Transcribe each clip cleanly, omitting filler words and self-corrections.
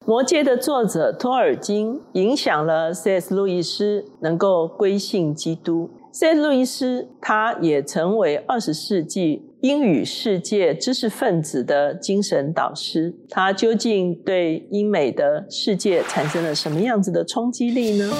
魔戒的作者托尔金影响了 C.S. 路易斯能够归信基督。C.S. 路易斯他也成为20世纪英语世界知识分子的精神导师。他究竟对英美的世界产生了什么样子的冲击力呢？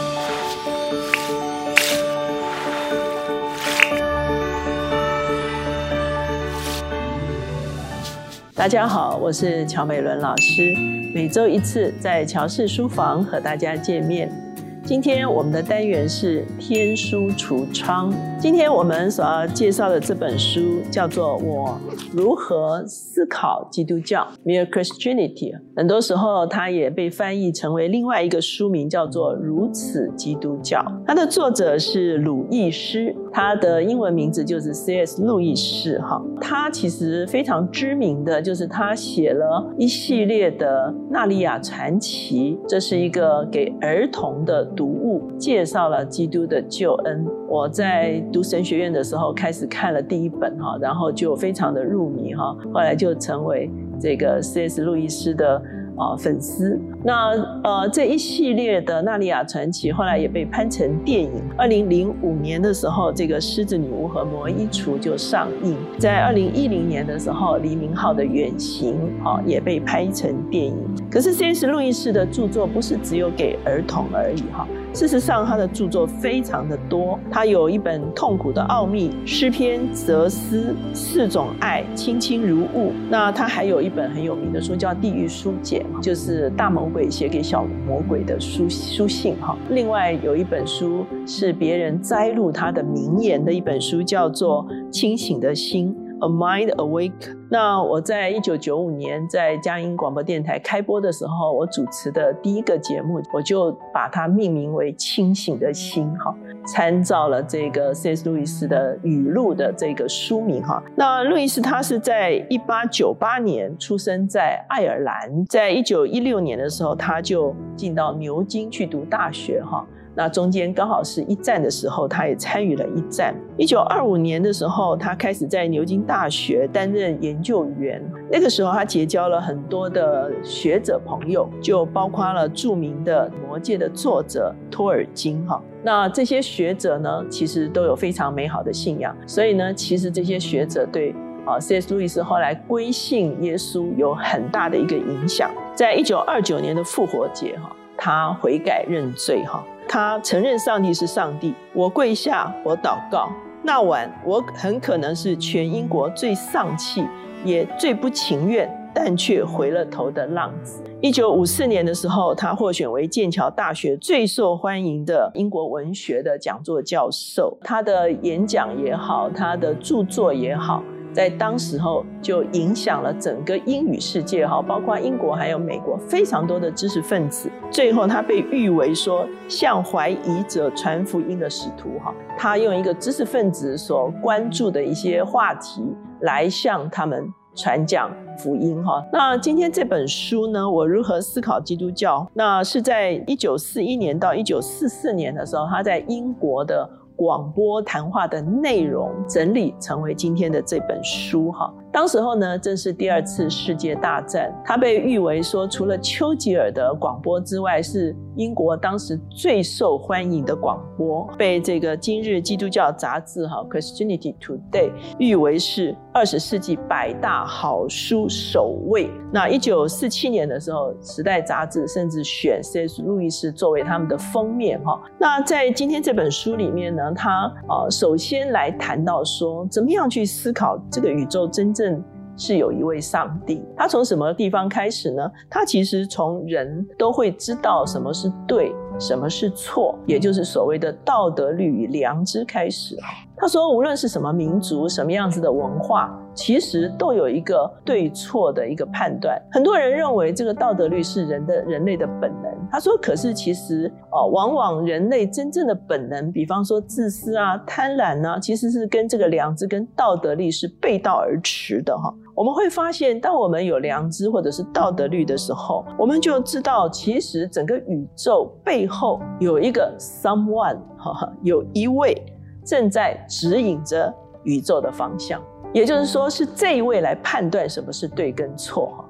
大家好，我是乔美伦老师，每周一次在乔氏书房和大家见面。今天我们的单元是天书橱窗。今天我们所要介绍的这本书叫做我如何思考基督教 Mere Christianity， 很多时候它也被翻译成为另外一个书名叫做如此基督教。它的作者是鲁易斯，他的英文名字就是 C.S. 路易斯。他其实非常知名的就是他写了一系列的纳利亚传奇，这是一个给儿童的读物，介绍了基督的救恩。我在读神学院的时候开始看了第一本，然后就非常的入迷，后来就成为这个 C.S. 路易斯的粉丝。那这一系列的纳利亚传奇后来也被拍成电影。2005年的时候，这个狮子女巫和魔衣橱就上映。在2010年的时候，黎明号的远行也被拍成电影。可是 C.S. 路易斯的著作不是只有给儿童而已，事实上他的著作非常的多。他有一本《痛苦的奥秘》、诗篇、哲思、4种爱、亲亲如雾。那他还有一本很有名的书叫《地狱书简》，就是大魔鬼写给小魔鬼的书信。另外有一本书是别人摘录他的名言的一本书，叫做《清醒的心》A Mind Awake。 那我在1995年在佳音广播电台开播的时候，我主持的第一个节目，我就把它命名为清醒的心，参照了这个 C.S. 路易斯的语录的这个书名。那路易斯他是在1898年出生在爱尔兰，在1916年的时候他就进到牛津去读大学。那中间刚好是一战的时候，他也参与了一战。1925年的时候，他开始在牛津大学担任研究员。那个时候他结交了很多的学者朋友，就包括了著名的魔戒的作者托尔金。那这些学者呢，其实都有非常美好的信仰，所以呢，其实这些学者对C.S. 路易斯后来归信耶稣有很大的一个影响。在1929年的复活节，他悔改认罪，他承认上帝是上帝。我跪下，我祷告。那晚我很可能是全英国最丧气也最不情愿但却回了头的浪子。1954年的时候，他获选为剑桥大学最受欢迎的英国文学的讲座教授。他的演讲也好，他的著作也好，在当时候就影响了整个英语世界，包括英国还有美国非常多的知识分子。最后他被誉为说向怀疑者传福音的使徒。他用一个知识分子所关注的一些话题来向他们传讲福音。那今天这本书呢，我如何思考基督教，那是在1941年到1944年的时候，他在英国的广播谈话的内容整理成为今天的这本书。当时候呢，正是第2次世界大战，他被誉为说除了丘吉尔的广播之外，是英国当时最受欢迎的广播，被这个今日基督教杂志 Christianity Today 誉为是20世纪100大好书首位。那1947年的时候，时代杂志甚至选 C.S. 路易斯作为他们的封面。那在今天这本书里面呢，他首先来谈到说怎么样去思考这个宇宙真正是有一位上帝。他从什么地方开始呢？他其实从人都会知道什么是对，什么是错，也就是所谓的道德律与良知开始。他说无论是什么民族，什么样子的文化，其实都有一个对错的一个判断。很多人认为这个道德律是人类的本能。他说可是其实往往人类真正的本能，比方说自私啊、贪婪啊，其实是跟这个良知跟道德律是背道而驰的。我们会发现当我们有良知或者是道德律的时候，我们就知道其实整个宇宙背后有一个 someone， 有一位正在指引着宇宙的方向，也就是说是这一位来判断什么是对跟错。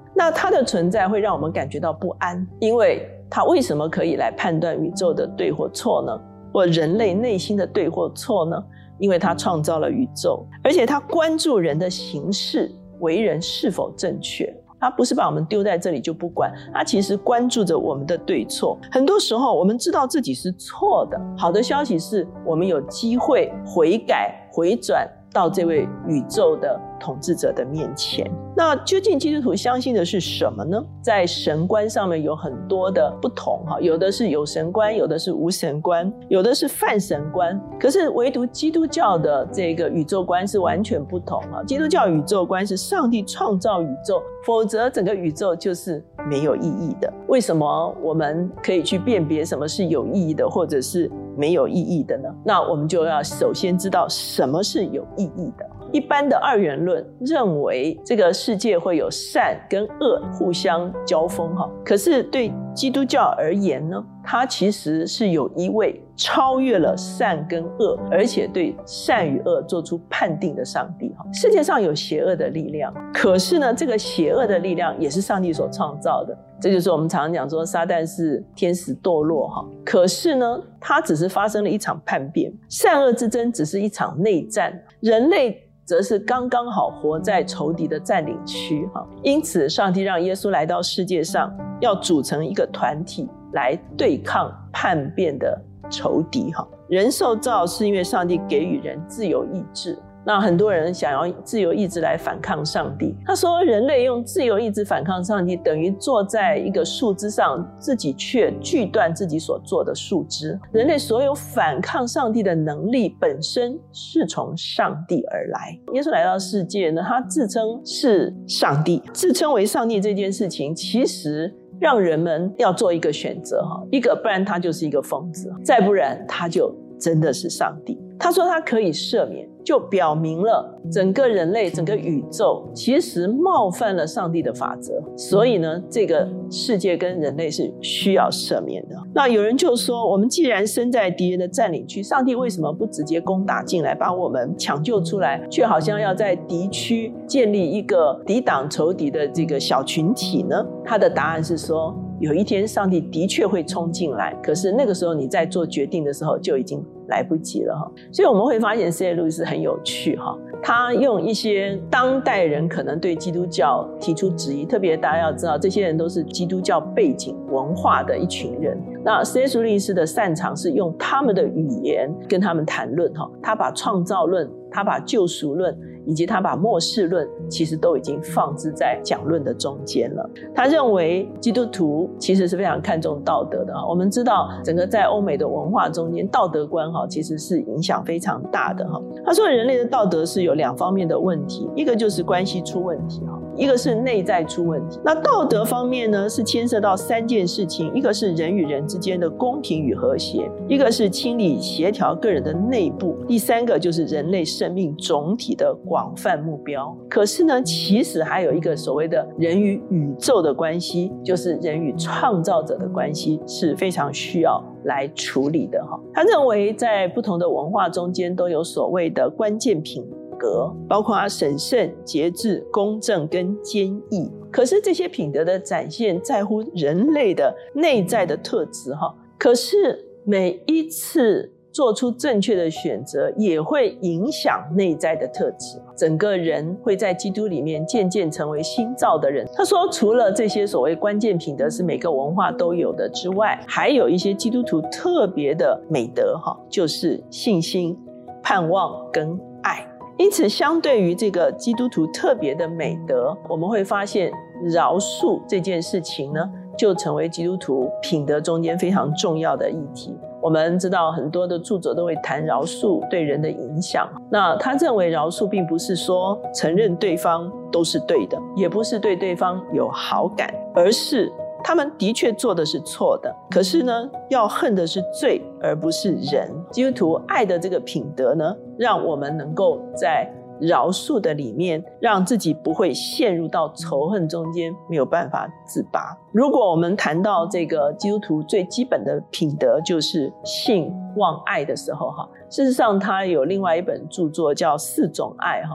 那它的存在会让我们感觉到不安，因为它为什么可以来判断宇宙的对或错呢？或人类内心的对或错呢？因为它创造了宇宙，而且它关注人的行事为人是否正确。他不是把我们丢在这里就不管，他其实关注着我们的对错。很多时候我们知道自己是错的，好的消息是我们有机会悔改回转到这位宇宙的统治者的面前。那究竟基督徒相信的是什么呢？在神观上面有很多的不同，有的是有神观，有的是无神观，有的是泛神观，可是唯独基督教的这个宇宙观是完全不同。基督教宇宙观是上帝创造宇宙，否则整个宇宙就是没有意义的。为什么我们可以去辨别什么是有意义的或者是没有意义的呢？那我们就要首先知道什么是有意义的。一般的二元论认为这个世界会有善跟恶互相交锋，可是对基督教而言呢，它其实是有一位超越了善跟恶，而且对善与恶做出判定的上帝。世界上有邪恶的力量，可是呢，这个邪恶的力量也是上帝所创造的。这就是我们常常讲说撒旦是天使堕落，可是呢，它只是发生了一场叛变，善恶之争只是一场内战，人类则是刚刚好活在仇敌的占领区。因此上帝让耶稣来到世界上，要组成一个团体来对抗叛变的仇敌。人受造是因为上帝给予人自由意志，那很多人想要自由意志来反抗上帝。他说人类用自由意志反抗上帝，等于坐在一个树枝上，自己却锯断自己所做的树枝。人类所有反抗上帝的能力本身是从上帝而来。耶稣来到世界呢，他自称是上帝，自称为上帝这件事情其实让人们要做一个选择，一个不然他就是一个疯子，再不然他就真的是上帝。他说他可以赦免，就表明了整个人类整个宇宙其实冒犯了上帝的法则，所以呢，这个世界跟人类是需要赦免的。那有人就说，我们既然身在敌人的占领区，上帝为什么不直接攻打进来把我们抢救出来，却好像要在敌区建立一个抵挡仇敌的这个小群体呢？他的答案是说，有一天上帝的确会冲进来，可是那个时候你在做决定的时候就已经来不及了。所以我们会发现 C.S. 路易斯很有趣，他用一些当代人可能对基督教提出质疑，特别大家要知道这些人都是基督教背景文化的一群人。那 C.S. 路易斯的擅长是用他们的语言跟他们谈论，他把创造论，他把救赎论以及他把末世论其实都已经放置在讲论的中间了。他认为基督徒其实是非常看重道德的。我们知道整个在欧美的文化中间，道德观其实是影响非常大的。他说人类的道德是有两方面的问题，一个就是关系出问题，一个是内在出问题。那道德方面呢，是牵涉到三件事情，一个是人与人之间的公平与和谐，一个是清理协调个人的内部，第三个就是人类生命总体的广泛目标。可是呢，其实还有一个所谓的人与宇宙的关系，就是人与创造者的关系，是非常需要来处理的。他认为在不同的文化中间都有所谓的关键品格，包括审慎、节制、公正跟坚毅。可是这些品德的展现在乎人类的内在的特质，可是每一次做出正确的选择也会影响内在的特质，整个人会在基督里面渐渐成为新造的人。他说除了这些所谓关键品德是每个文化都有的之外，还有一些基督徒特别的美德，就是信心、盼望跟爱。因此相对于这个基督徒特别的美德，我们会发现饶恕这件事情呢，就成为基督徒品德中间非常重要的议题。我们知道很多的著作都会谈饶恕对人的影响，那他认为饶恕并不是说承认对方都是对的，也不是对对方有好感，而是他们的确做的是错的，可是呢，要恨的是罪而不是人。基督徒爱的这个品德呢，让我们能够在饶恕的里面，让自己不会陷入到仇恨中间，没有办法自拔。如果我们谈到这个基督徒最基本的品德就是信望爱的时候，事实上他有另外一本著作叫4种爱，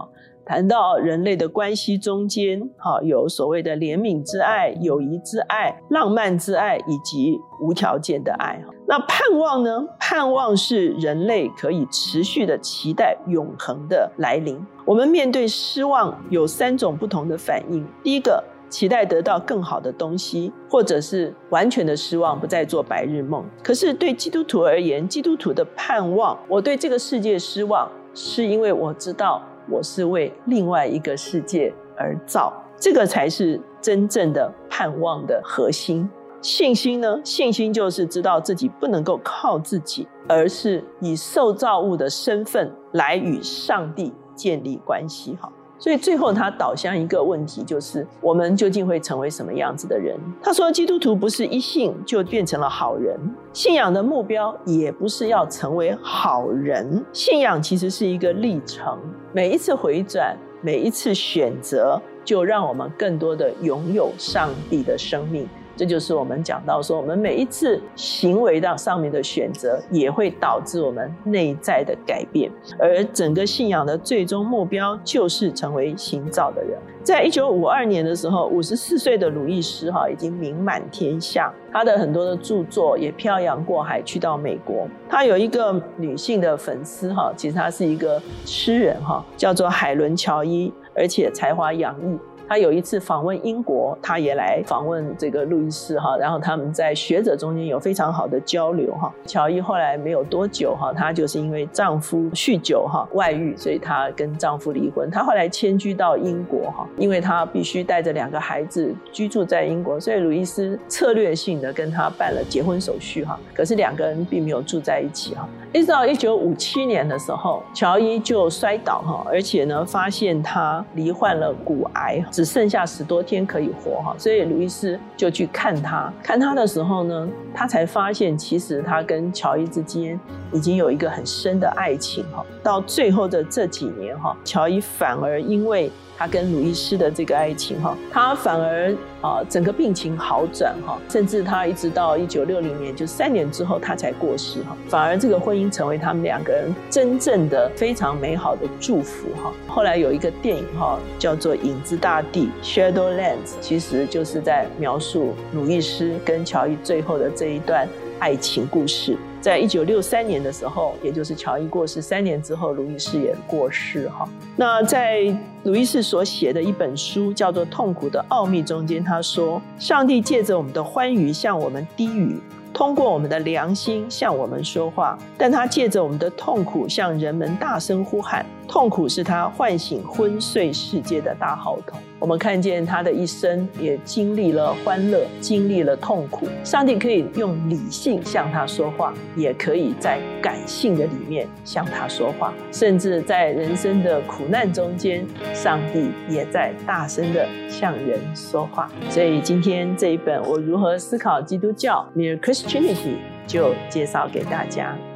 谈到人类的关系中间有所谓的怜悯之爱、友谊之爱、浪漫之爱以及无条件的爱。那盼望呢？盼望是人类可以持续的期待永恒的来临。我们面对失望有3种不同的反应。第一个，期待得到更好的东西，或者是完全的失望，不再做白日梦。可是对基督徒而言，基督徒的盼望，我对这个世界失望，是因为我知道我是为另外一个世界而造，这个才是真正的盼望的核心。信心呢？信心就是知道自己不能够靠自己，而是以受造物的身份来与上帝建立关系。所以最后他导向一个问题，就是我们究竟会成为什么样子的人。他说基督徒不是一信就变成了好人，信仰的目标也不是要成为好人，信仰其实是一个历程，每一次回转，每一次选择，就让我们更多的拥有上帝的生命。这就是我们讲到说，我们每一次行为上面的选择也会导致我们内在的改变，而整个信仰的最终目标就是成为新造的人。在1952年的时候，54岁的鲁易斯已经名满天下，他的很多的著作也漂洋过海去到美国。他有一个女性的粉丝，其实他是一个诗人，叫做海伦乔伊，而且才华洋溢。他有一次访问英国，他也来访问这个路易斯，然后他们在学者中间有非常好的交流。乔伊后来没有多久，她就是因为丈夫酗酒外遇，所以她跟丈夫离婚。她后来迁居到英国，因为她必须带着2个孩子居住在英国，所以路易斯策略性的跟她办了结婚手续，可是2个人并没有住在一起。一直到1957年的时候，乔伊就摔倒，而且呢发现她罹患了骨癌，只剩下10多天可以活，所以鲁伊斯就去看他。看他的时候呢，他才发现其实他跟乔伊之间已经有一个很深的爱情。到最后的这几年，乔伊反而因为他跟鲁易斯的这个爱情，他反而整个病情好转，甚至他一直到1960年，就3年之后他才过世，反而这个婚姻成为他们2个人真正的非常美好的祝福。后来有一个电影叫做《影子大地》 Shadowlands， 其实就是在描述鲁易斯跟乔伊最后的这一段爱情故事。在1963年的时候，也就是乔伊过世3年之后，鲁易斯也过世。那在鲁易斯所写的一本书叫做《痛苦的奥秘》中间，他说上帝借着我们的欢愉向我们低语，通过我们的良心向我们说话，但他借着我们的痛苦向人们大声呼喊。痛苦是他唤醒昏睡世界的大号筒。我们看见他的一生也经历了欢乐，经历了痛苦。上帝可以用理性向他说话，也可以在感性的里面向他说话，甚至在人生的苦难中间，上帝也在大声的向人说话。所以今天这一本《我如何思考基督教》 Mere Christianity 就介绍给大家。